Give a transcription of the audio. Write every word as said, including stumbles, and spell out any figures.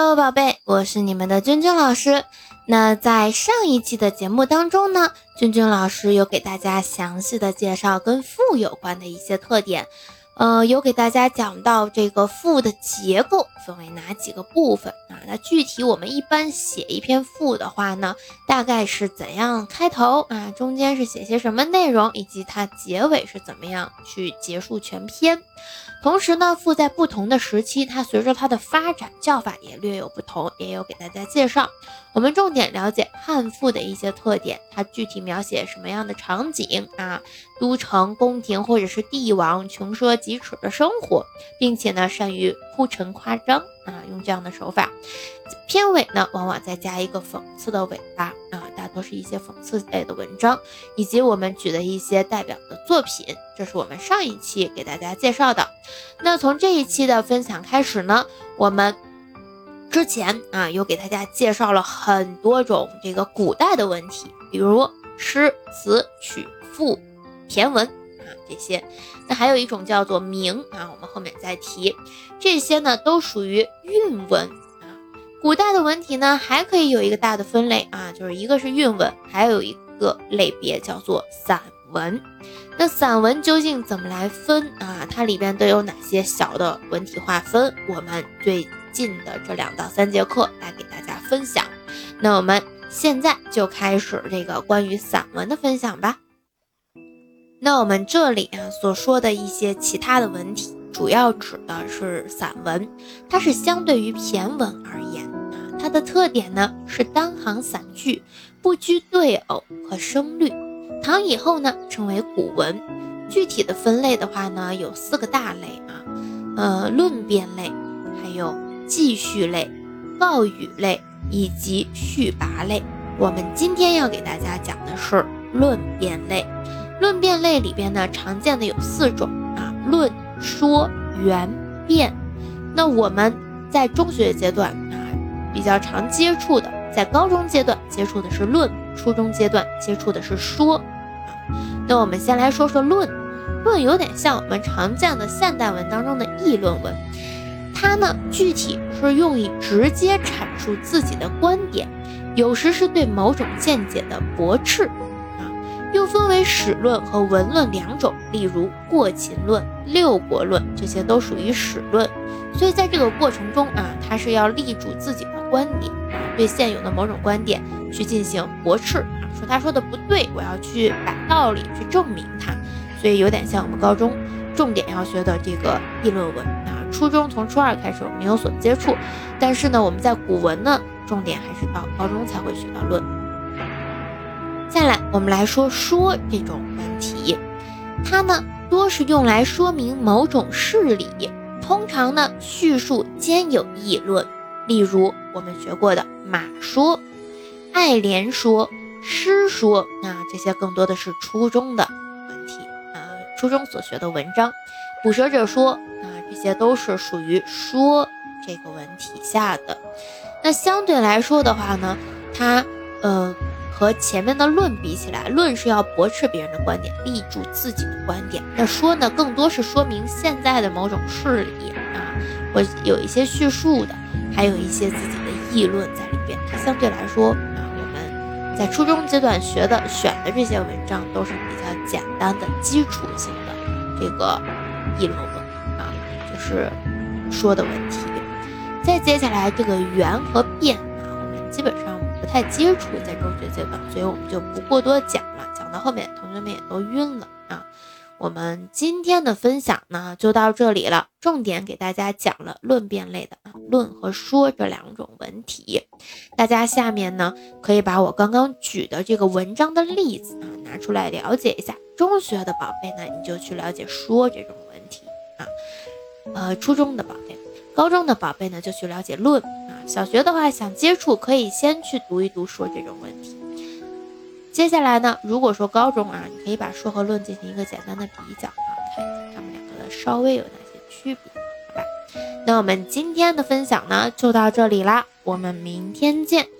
Hello， 宝贝，我是你们的君君老师。那在上一期的节目当中呢，君君老师有给大家详细的介绍跟赋有关的一些特点，呃，有给大家讲到这个赋的结构分为哪几个部分啊？那具体我们一般写一篇赋的话呢，大概是怎样开头啊，中间是写些什么内容，以及它结尾是怎么样去结束全篇。同时呢，赋在不同的时期，它随着它的发展，叫法也略有不同，也有给大家介绍。我们重点了解汉赋的一些特点，它具体描写什么样的场景啊，都城、宫廷或者是帝王穷奢极侈的生活，并且呢，善于铺陈夸张啊，用这样的手法。片尾呢，往往再加一个讽刺的尾巴啊，大多是一些讽刺类的文章，以及我们举的一些代表的作品，这是我们上一期给大家介绍的。那从这一期的分享开始呢，我们之前啊有给大家介绍了很多种这个古代的文体，比如诗词曲赋骈文啊这些。那还有一种叫做明啊，我们后面再提。这些呢都属于韵文啊。古代的文体呢还可以有一个大的分类啊，就是一个是韵文，还有一个类别叫做散文。那散文究竟怎么来分啊？它里边都有哪些小的文体划分？我们最近的这两到三节课来给大家分享。那我们现在就开始这个关于散文的分享吧。那我们这里啊所说的一些其他的文体，主要指的是散文，它是相对于骈文而言啊，它的特点呢是单行散句，不拘对偶和声律。唐以后呢称为古文，具体的分类的话呢有四个大类啊，呃，论辩类，还有记叙类、告语类以及叙拔类。我们今天要给大家讲的是论辩类。论辩类里边呢常见的有四种啊，论、说、圆、辩。那我们在中学阶段啊比较常接触的，在高中阶段接触的是论，初中阶段接触的是说。那我们先来说说论。论有点像我们常见的现代文当中的议论文，它呢具体是用以直接阐述自己的观点，有时是对某种见解的驳斥啊。又分为史论和文论两种，例如过秦论、六国论，这些都属于史论。所以在这个过程中啊，它是要立住自己的观点，对现有的某种观点去进行驳斥啊，说他说的不对，我要去摆道理去证明它。所以有点像我们高中重点要学的这个议论文啊，初中从初二开始我们有所接触，但是呢我们在古文呢重点还是到高中才会学到论。再来我们来说说这种文体，它呢多是用来说明某种事理，通常呢叙述兼有议论，例如我们学过的马说、爱莲说、诗说，那这些更多的是初中的文体啊，初中所学的文章。捕蛇者说啊，这些都是属于说这个文体下的。那相对来说的话呢，它呃和前面的论比起来，论是要驳斥别人的观点，立住自己的观点。那说呢，更多是说明现在的某种事理啊，或有一些叙述的，还有一些自己的议论在里边。它相对来说啊，我们在初中阶段学的选的这些文章都是比较简单的基础性的这个议论文啊，就是说的问题。再接下来这个圆和辩啊，我们基本上不太接触在中学阶段，所以我们就不过多讲了，讲到后面同学们也都晕了啊。我们今天的分享呢就到这里了，重点给大家讲了论辩类的啊，论和说这两种文体。大家下面呢可以把我刚刚举的这个文章的例子啊拿出来了解一下。中学的宝贝呢，你就去了解说这种文体啊，呃，初中的宝贝。高中的宝贝呢就去了解论啊，小学的话想接触可以先去读一读说这种问题。接下来呢，如果说高中啊，你可以把说和论进行一个简单的比较啊，看一下他们两个的稍微有哪些区别，好吧？那我们今天的分享呢就到这里啦，我们明天见。